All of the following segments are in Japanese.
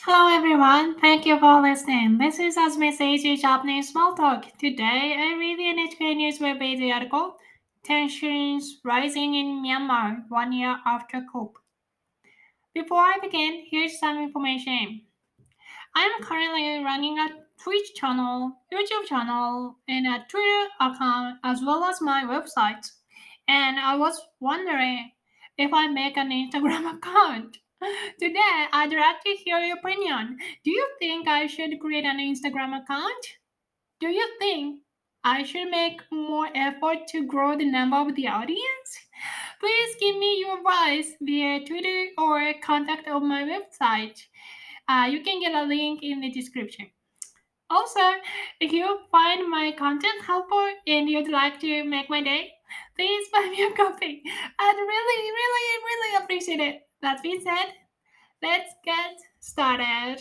Hello everyone, thank you for listening. This is Azumi Seiji Japanese Small Talk. Today I read the NHK News web-based article, Tensions Rising in Myanmar 1 year after coup. Before I begin, here's some information. I'm currently running a Twitch channel, YouTube channel, and a Twitter account as well as my website. And I was wondering if I make an Instagram account. Today, I'd like to hear your opinion. Do you think I should create an Instagram account? Do you think I should make more effort to grow the number of the audience? Please give me your advice via Twitter or contact on my website. You can get a link in the description. Also, if you find my content helpful and you'd like to make my day, please buy me a coffee. I'd really appreciate it. That being said, let's get started.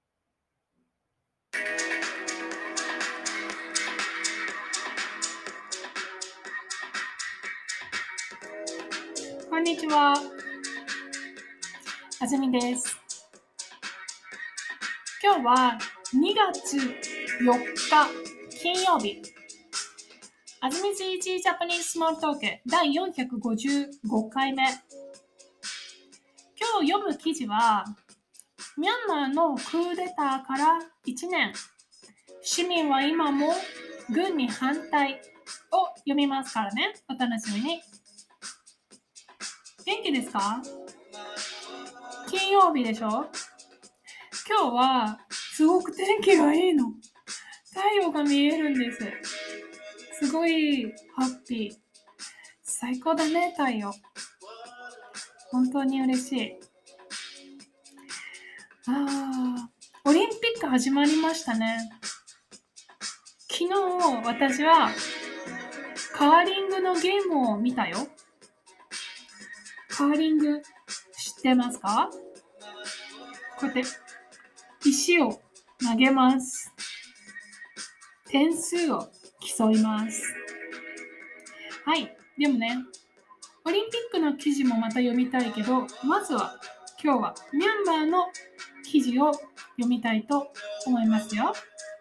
こんにちは。あずみです。今日は2月4日金曜日。あずみついちジャパニーズスモールトーク第455回目。今日読む記事は、ミャンマーのクーデターから1年。市民は今も軍に反対を読みますからね。お楽しみに。元気ですか？金曜日でしょ？今日はすごく天気がいいの。太陽が見えるんです。すごいハッピー。最高だね、太陽。本当に嬉しい。オリンピック始まりましたね。昨日私はカーリングのゲームを見たよ。カーリング知ってますか？こうやって石を投げます。点数を競います。はい。でもね、オリンピックの記事もまた読みたいけど、まずは今日はミャンマーの記事を読みたいと思いますよ。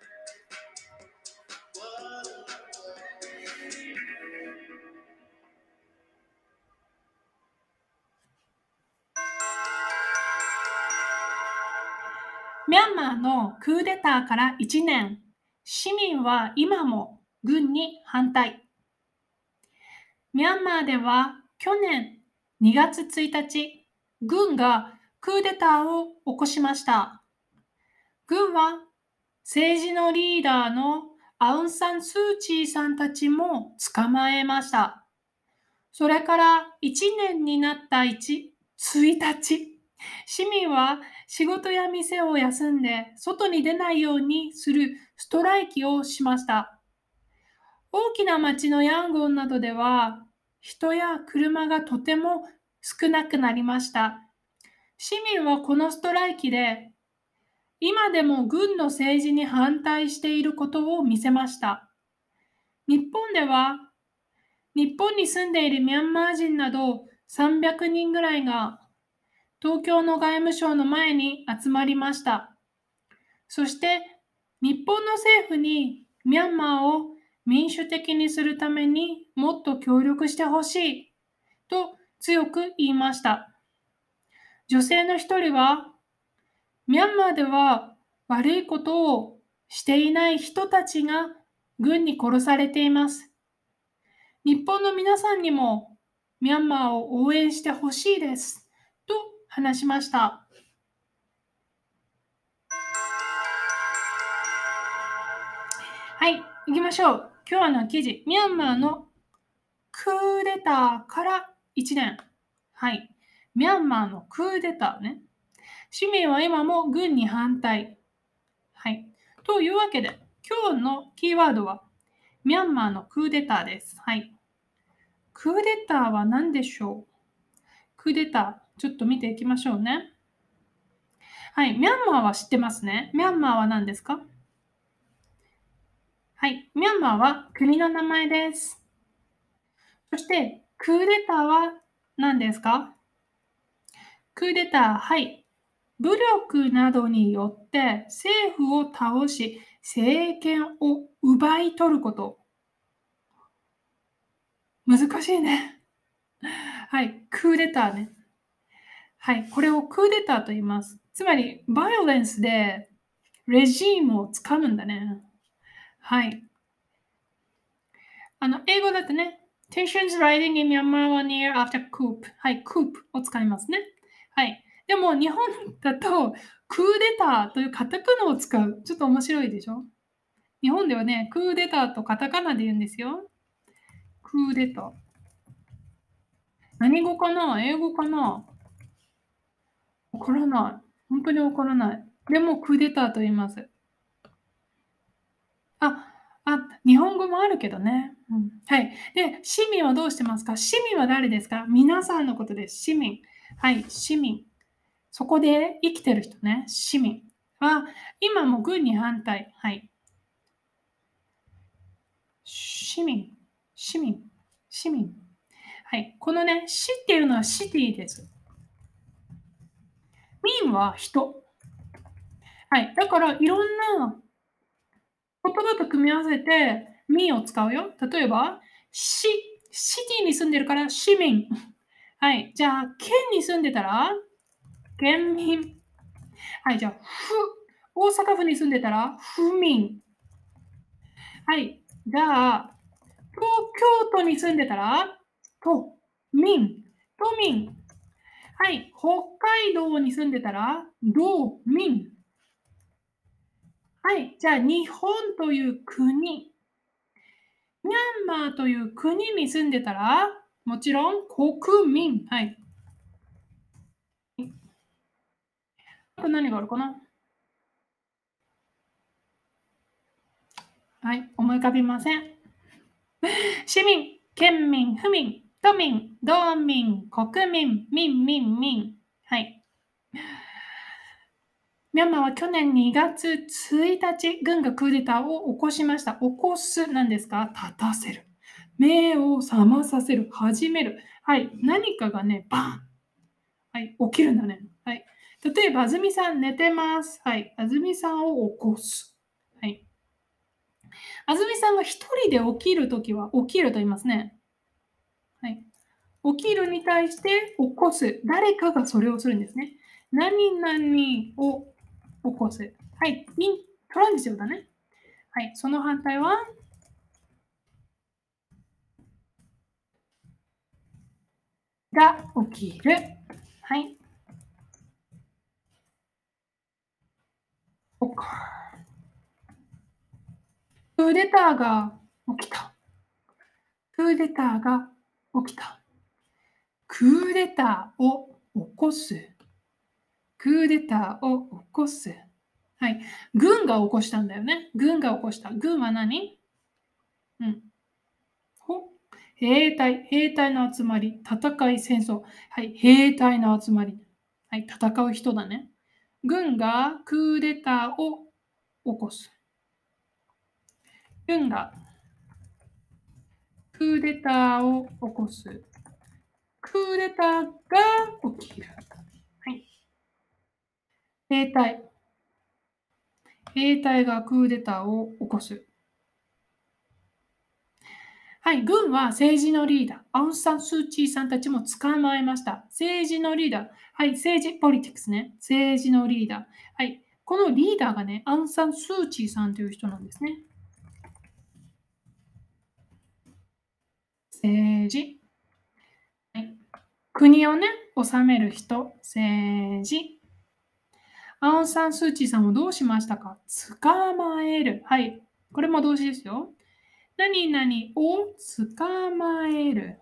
ミャンマーのクーデターから1年、市民は今も軍に反対。ミャンマーでは去年2月1日、軍がクーデターを起こしました。軍は政治のリーダーのアウン・サン・スー・チーさんたちも捕まえました。それから1年になった1日、市民は仕事や店を休んで外に出ないようにするストライキをしました。大きな町のヤンゴンなどでは人や車がとても少なくなりました。市民はこのストライキで今でも軍の政治に反対していることを見せました。日本では日本に住んでいるミャンマー人など300人ぐらいが東京の外務省の前に集まりました。そして日本の政府にミャンマーを民主的にするためにもっと協力してほしいと強く言いました。女性の一人は、ミャンマーでは悪いことをしていない人たちが軍に殺されています。日本の皆さんにもミャンマーを応援してほしいですと話しました。はい、行きましょう。今日の記事、ミャンマーのクーデターから1年。はい、ミャンマーのクーデターね。市民は今も軍に反対。はい、というわけで、今日のキーワードはミャンマーのクーデターです。はい。クーデターは何でしょう？クーデター、ちょっと見ていきましょうね。はい、ミャンマーは知ってますね。ミャンマーは何ですか？はい、ミャンマーは国の名前です。そして、クーデターは何ですか？クーデター、はい。 武力などによって政府を倒し、政権を奪い取ること。難しいね。はい、クーデターね。はい、これをクーデターと言います。つまり、バイオレンスでレジームをつかむんだね。はい。英語だとね、Tensions rising in Myanmar one year after coup. はい、coup を使いますね。はい。でも、日本だと、クーデターというカタカナを使う。ちょっと面白いでしょ？日本ではね、クーデターとカタカナで言うんですよ。クーデター。何語かな？英語かな？わからない。本当にわからない。でも、クーデターと言います。あ、日本語もあるけどね。うん。はい。で、市民はどうしてますか？市民は誰ですか？皆さんのことです。市民。はい、市民。そこで生きてる人ね。市民は、今も軍に反対。はい。市民、市民、市民。はい。このね、市っていうのはシティです。民は人。はい。だから、いろんな言葉と組み合わせて、民を使うよ。例えば、シティに住んでるから市民。はい。じゃあ、県に住んでたら、県民。はい。じゃあ、大阪府に住んでたら、府民。はい。じゃあ、東京都に住んでたら、都民。都民。はい。北海道に住んでたら、道民。はい。じゃあ、日本という国。ミャンマーという国に住んでたら、もちろん国民。はい。あと何があるかな？はい。思い浮かびません。市民、県民、府民、都民、道民、国民、民。はい。ミャンマーは去年2月1日、軍がクーデターを起こしました。起こすなんですか？立たせる。目を覚まさせる。始める。はい。何かがね、バーン。はい。起きるんだね。はい。例えば、あずみさん寝てます。はい。あずみさんを起こす。はい。あずみさんが一人で起きるときは、起きると言いますね。はい。起きるに対して起こす。誰かがそれをするんですね。何々を起こす。はい。トランジションだね。はい。その反対は、が起きる。はい。クーデターが起きた。クーデターが起きた。クーデターを起こす。クーデターを起こす。はい。軍が起こしたんだよね。軍が起こした。軍は何？うん。兵隊の集まり。戦い、戦争。はい。兵隊の集まり。はい。戦う人だね。軍がクーデターを起こす。軍がクーデターを起こす。クーデターが起きる。はい。兵隊。兵隊がクーデターを起こす。はい、軍は政治のリーダー、アウン・サン・スー・チーさんたちも捕まえました。政治のリーダー、はい、政治、ポリティクスね。政治のリーダー。はい、このリーダーがね、アウン・サン・スー・チーさんという人なんですね。政治。はい、国をね、治める人、政治。アウン・サン・スー・チーさんをどうしましたか？捕まえる。はい、これも動詞ですよ。何々を捕まえる。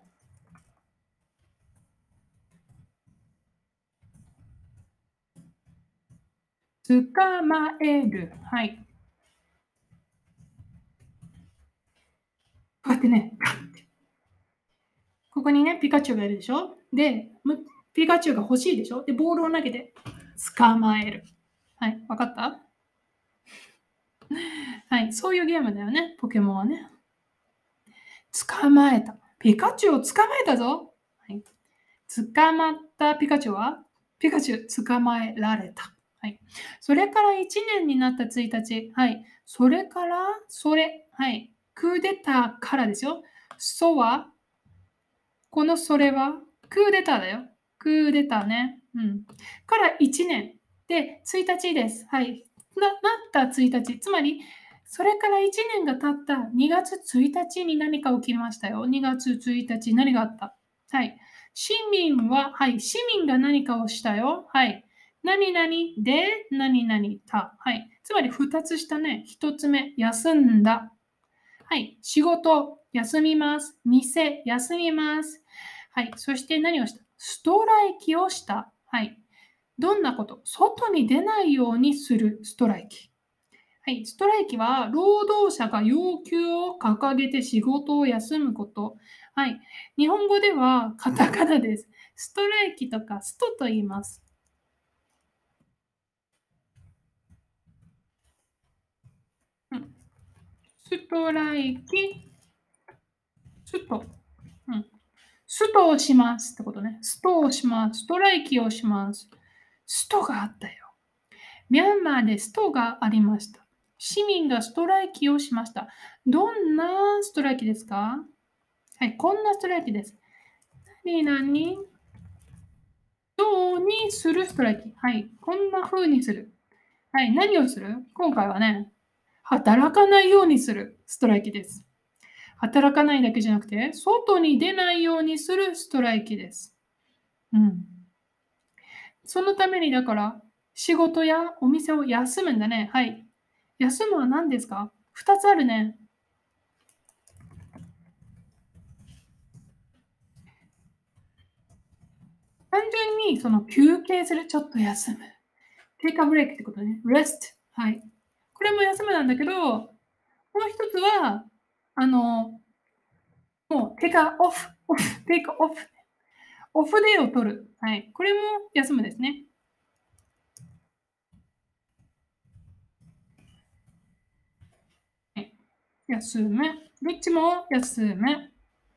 捕まえる。はい。こうやってね、ここにね、ピカチュウがいるでしょ？で、ピカチュウが欲しいでしょ？で、ボールを投げて捕まえる。はい、わかった？はい、そういうゲームだよね、ポケモンはね。捕まえた。ピカチュウを捕まえたぞ。はい、捕まったピカチュウはピカチュウ捕まえられた。はい。それから1年になった1日。はい。それから、それ。はい。クーデターからですよ。そは、このそれは、クーデターだよ。クーデターね。うん。から1年。で、1日です。はい。なった1日。つまり、それから1年が経った2月1日に何か起きましたよ。2月1日、何があった？はい。市民は、はい。市民が何かをしたよ。はい。何々で、何々た。はい。つまり2つしたね。1つ目、休んだ。はい。仕事、休みます。店、休みます。はい。そして何をした？ストライキをした。はい。どんなこと？外に出ないようにするストライキ。はい。ストライキは、労働者が要求を掲げて仕事を休むこと。はい。日本語ではカタカナです。ストライキとかストと言います。うん、ストライキ、スト。うん。ストをしますってことね。ストをします。ストライキをします。ストがあったよ。ミャンマーでストがありました。市民がストライキをしました。どんなストライキですか？はい、こんなストライキです。何々どうにするストライキ。はい、こんな風にする。はい、何をする？今回はね、働かないようにするストライキです。働かないだけじゃなくて、外に出ないようにするストライキです。うん。そのためにだから、仕事やお店を休むんだね。はい。休むは何ですか？ 2 つあるね。単純にその休憩する、ちょっと休む。テイクアブレイクってことね。rest。はい。これも休むなんだけど、もう一つは、もうテイクオフ、オフ、テイクオフ。オフデーを取る。はい。これも休むですね。はい。休む。どっちも休む。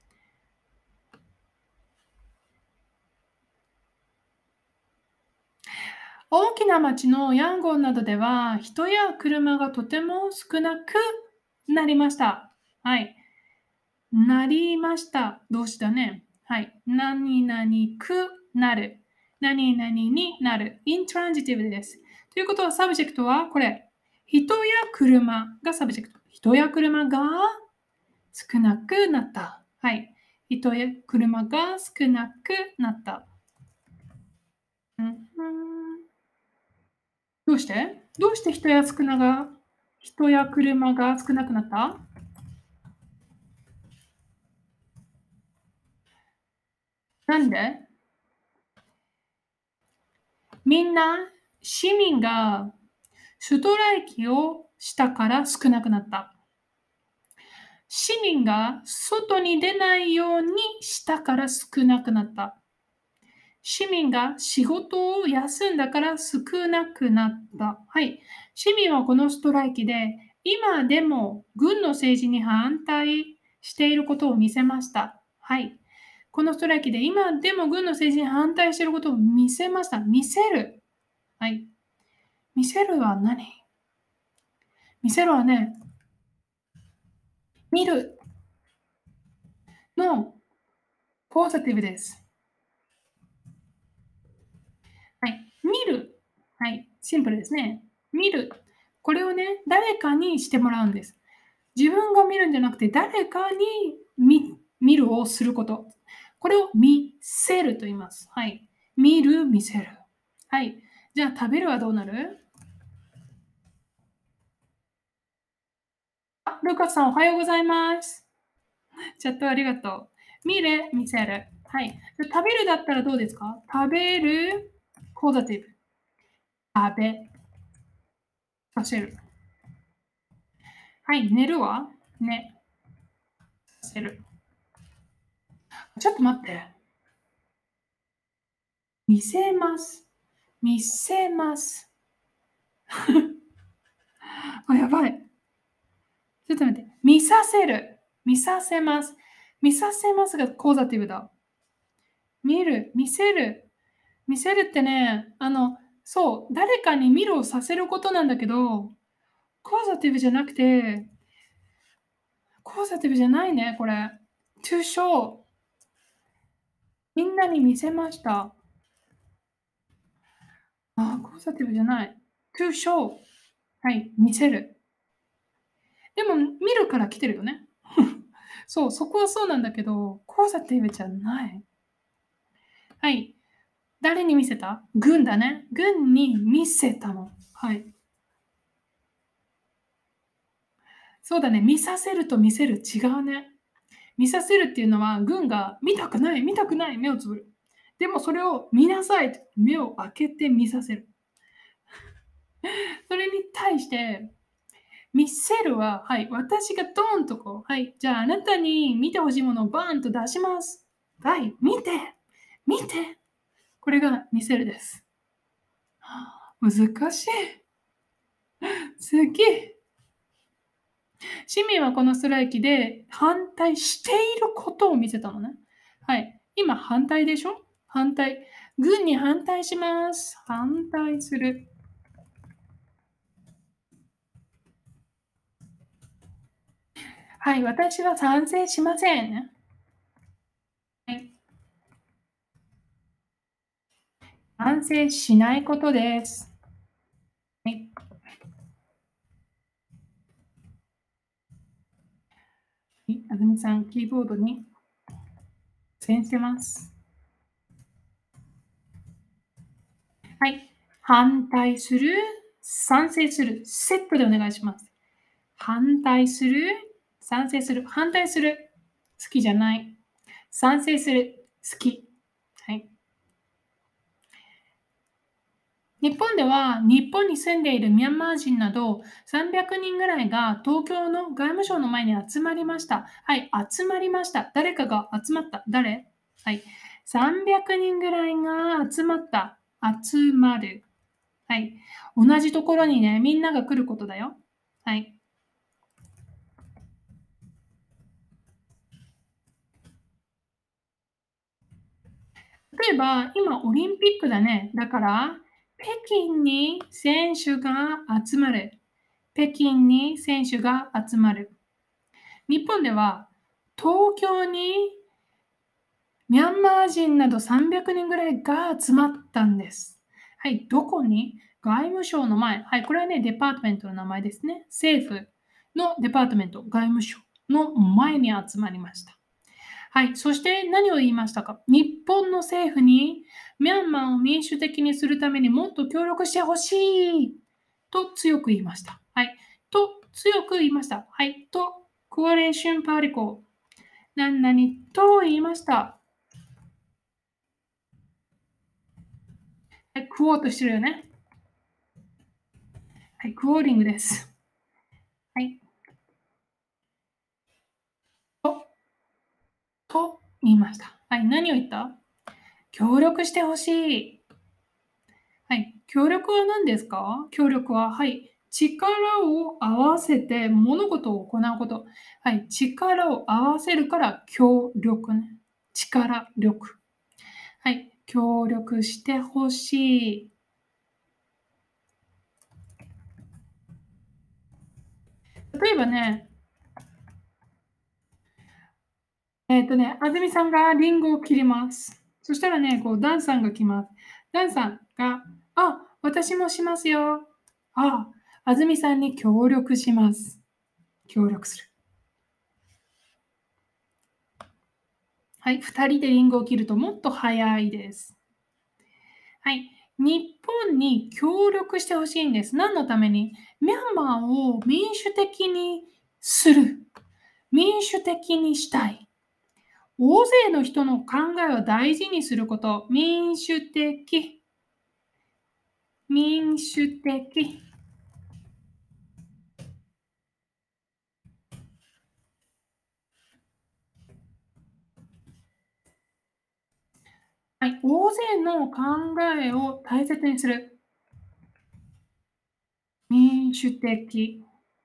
大きな町のヤンゴンなどでは、人や車がとても少なくなりました。はい。なりました。動詞だね。はい。何々くなる。何々になる。intransitive です。ということは、サブジェクトはこれ。人や車がサブジェクト。人や車が少なくなった。はい。人や車が少なくなった。うん、どうしてどうして人や車が少なくなった？なんで？みんな、市民がストライキをしたから少なくなった。市民が外に出ないようにしたから少なくなった。市民が仕事を休んだから少なくなった。はい。市民はこのストライキで、今でも軍の政治に反対していることを見せました。はい。このストライキで今でも軍の政治に反対していることを見せました。見せる。はい。見せるは何？見せるはね、見るのポジティブです。はい。見る。はい。シンプルですね。見る。これをね、誰かにしてもらうんです。自分が見るんじゃなくて、誰かに見るをすること。これを見せると言います。はい。見る、見せる。はい。じゃあ、食べるはどうなる？あ、ルカさん、おはようございます。チャットありがとう。見る、見せる。はい。食べるだったらどうですか？食べる、ポジティブ。食べさせる。はい。寝るは寝させる。ちょっと待って。見せます。見せます。あ、やばい。ちょっと待って。見させる。見させます。見させますがコーザティブだ。見る。見せる。 見せるってね、そう、誰かに見るをさせることなんだけど、コーザティブじゃなくて、コーザティブじゃないね、これ。to show。みんなに見せました。コーザティブじゃない。to show。はい、見せる。でも、見るから来てるよね。そう、そこはそうなんだけど、コーザティブじゃない。はい。誰に見せた？軍だね。軍に見せたの。はい。そうだね。見させると見せる。違うね。見させるっていうのは、軍が見たくない、見たくない、目をつぶる。でもそれを見なさいと目を開けて見させる。それに対して、見せるは、はい、私がドーンとこう、はい、じゃああなたに見てほしいものをバーンと出します。はい、見て、見て。これが見せるです。難しい。すげえ。市民はこのストライキで反対していることを見せたのね。はい。今反対でしょ？反対。軍に反対します。反対する。はい。私は賛成しません。はい。賛成しないことです。はい。あずみさん、キーボードに線してます。はい。反対する、賛成する、セットでお願いします。反対する、賛成する、反対する、好きじゃない。賛成する、好き。はい。日本では日本に住んでいるミャンマー人など300人ぐらいが東京の外務省の前に集まりました。はい、集まりました。誰かが集まった。誰？はい。300人ぐらいが集まった。集まる。はい。同じところにね、みんなが来ることだよ。はい。例えば、今オリンピックだね。だから、北京に選手が集まる。北京に選手が集まる。日本では東京にミャンマー人など300人ぐらいが集まったんです。はい、どこに？外務省の前。はい、これはね、デパートメントの名前ですね。政府のデパートメント、外務省の前に集まりました。はい、そして何を言いましたか？日本の政府にミャンマーを民主的にするためにもっと協力してほしいと強く言いました。はい、と強く言いました。はい、とコアレーションパーリコ何々と言いました。はい、クォートしてるよね。はい、クォーリングです。はい、と、と言いました。はい、何を言った？協力してほしい。はい、協力は何ですか？協力は、はい、力を合わせて物事を行うこと。はい、力を合わせるから協力ね。力、力。はい、協力してほしい。例えばね、安住さんがリンゴを切ります。そしたらね、こう、ダンさんが来ます。ダンさんが、私もしますよ。安住さんに協力します。協力する。はい、2人でリンゴを切るともっと早いです。はい、日本に協力してほしいんです。何のために？ミャンマーを民主的にする。民主的にしたい。大勢の人の考えを大事にすること。民主的。民主的。はい、大勢の考えを大切にする。民主的。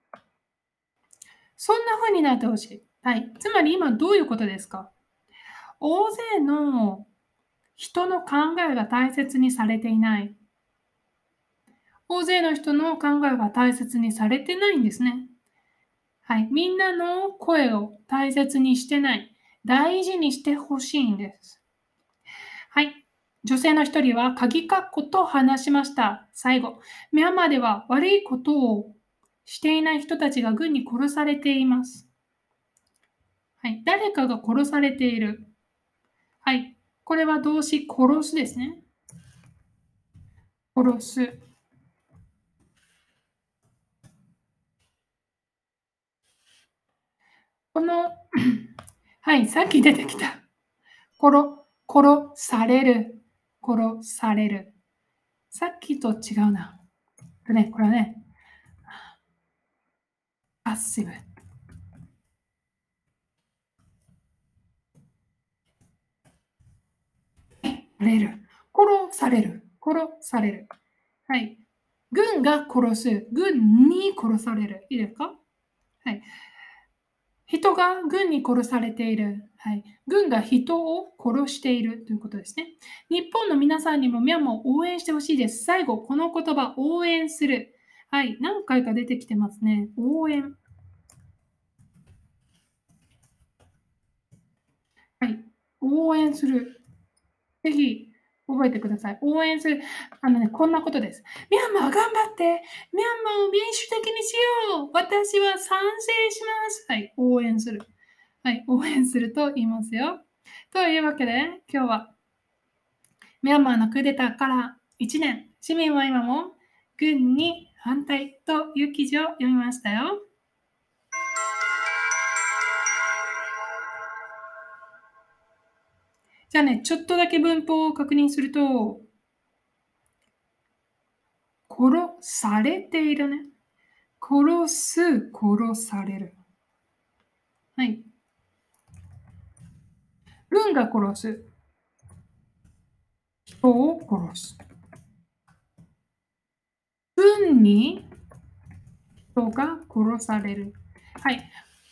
そんな風になってほしい。はい。つまり今どういうことですか？大勢の人の考えが大切にされていない。大勢の人の考えが大切にされてないんですね。はい。みんなの声を大切にしてない。大事にしてほしいんです。はい。女性の一人は鍵括弧と話しました。最後。ミャンマーでは悪いことをしていない人たちが軍に殺されています。はい。誰かが殺されている。はい。これは動詞殺すですね。殺す。この、はい、さっき出てきた。殺される。殺される。さっきと違うな。これはね、パッシブ。される。殺される。殺される。はい。軍が殺す。軍に殺される。いいですか？はい。人が軍に殺されている。はい。軍が人を殺しているということですね。日本の皆さんにもミャンマーを応援してほしいです。最後、この言葉、応援する。はい。何回か出てきてますね。応援。はい。応援する。ぜひ覚えてください。応援する。こんなことです。ミャンマー頑張って。ミャンマーを民主的にしよう。私は賛成します。はい。応援する。はい。応援すると言いますよ。というわけで、今日はミャンマーのクーデターから1年、市民は今も軍に反対という記事を読みましたよ。じゃあね、ちょっとだけ文法を確認すると、殺されているね。殺す、殺される。はい。軍が殺す。人を殺す。軍に人が殺される。はい。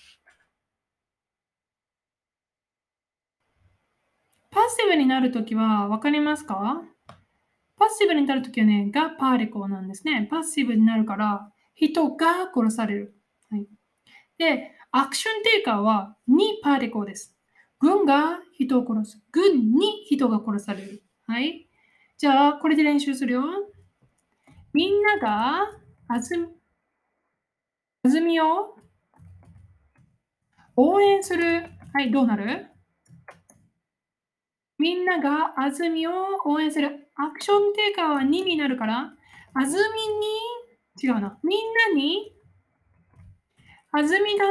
パッシブになるときは分かりますか？パッシブになるときはね、がパーリコーなんですね。パッシブになるから、人が殺される。はい。で、アクションテイカーはにパーリコーです。軍が人を殺す。軍に人が殺される。はい。じゃあ、これで練習するよ。みんながあずみを応援する。はい、どうなる？みんながあずみを応援する。アクションテイカーはにになるから、あずみに、違うな。みんなに、あずみが、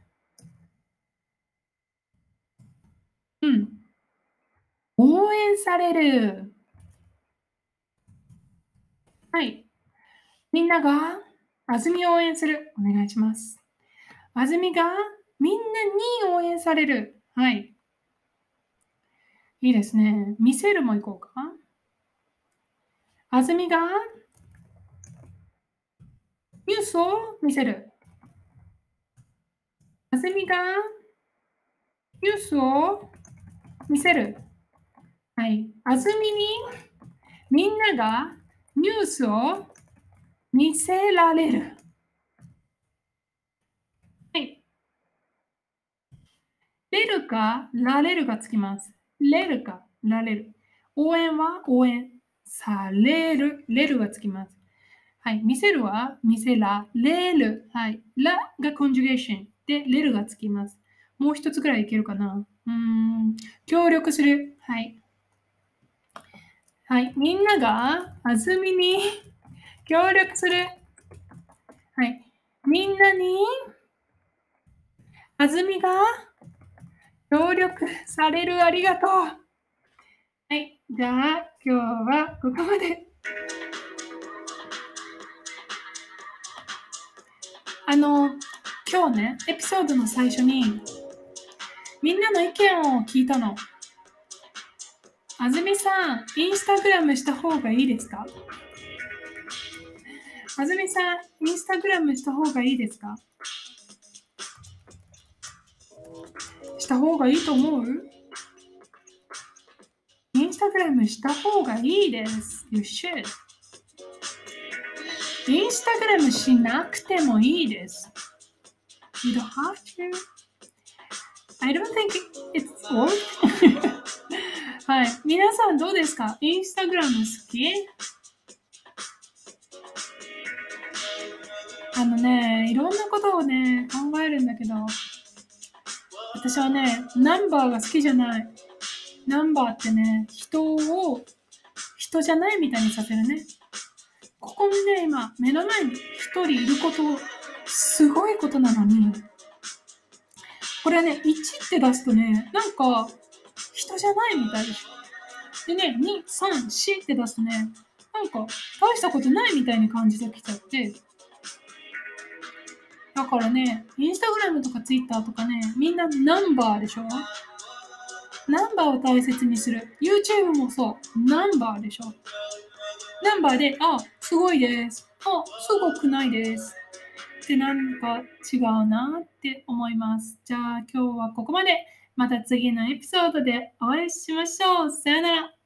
うん、応援される。はい。みんながあずみを応援する。お願いします。あずみがみんなに応援される。はい。いいですね。見せるもいこうか。あずみがニュースを見せる。あずみがニュースを見せる。はい。あずみにみんながニュースを見せられる。はい。れるかられるがつきます。れるかられる。応援は応援される。れるがつきます。はい。見せるは見せられる。はい。らがコンジュゲーションで、れるがつきます。もう一つぐらいいけるかな。協力する。はい。はい。みんながあずみに協力する。はい。みんなにあずみが協力される。ありがとう。はい。じゃあ、今日はここまで。今日ね、エピソードの最初に、みんなの意見を聞いたの。あずみさん、インスタグラムした方がいいですか？あずみさん、インスタグラムした方がいいですか？した方がいいと思う？インスタグラムした方がいいです。You should. インスタグラムしなくてもいいです。You don't have to. I don't think it's worth. はい。皆さんどうですか？インスタグラム好き？いろんなことをね、考えるんだけど、私はね、ナンバーが好きじゃない。ナンバーってね、人じゃないみたいにさせるね。ここにね、今、目の前に一人いること、すごいことなのに、これはね、1って出すとね、なんか、人じゃないみたいでしょ。でね、2、3、4って出すとね、なんか、大したことないみたいに感じてきちゃって、だからね、インスタグラムとかツイッターとかね、みんなナンバーでしょ？ナンバーを大切にする。YouTube もそう。ナンバーでしょ？ナンバーで、あ、すごいです。あ、すごくないです。ってなんか違うなって思います。じゃあ今日はここまで。また次のエピソードでお会いしましょう。さよなら。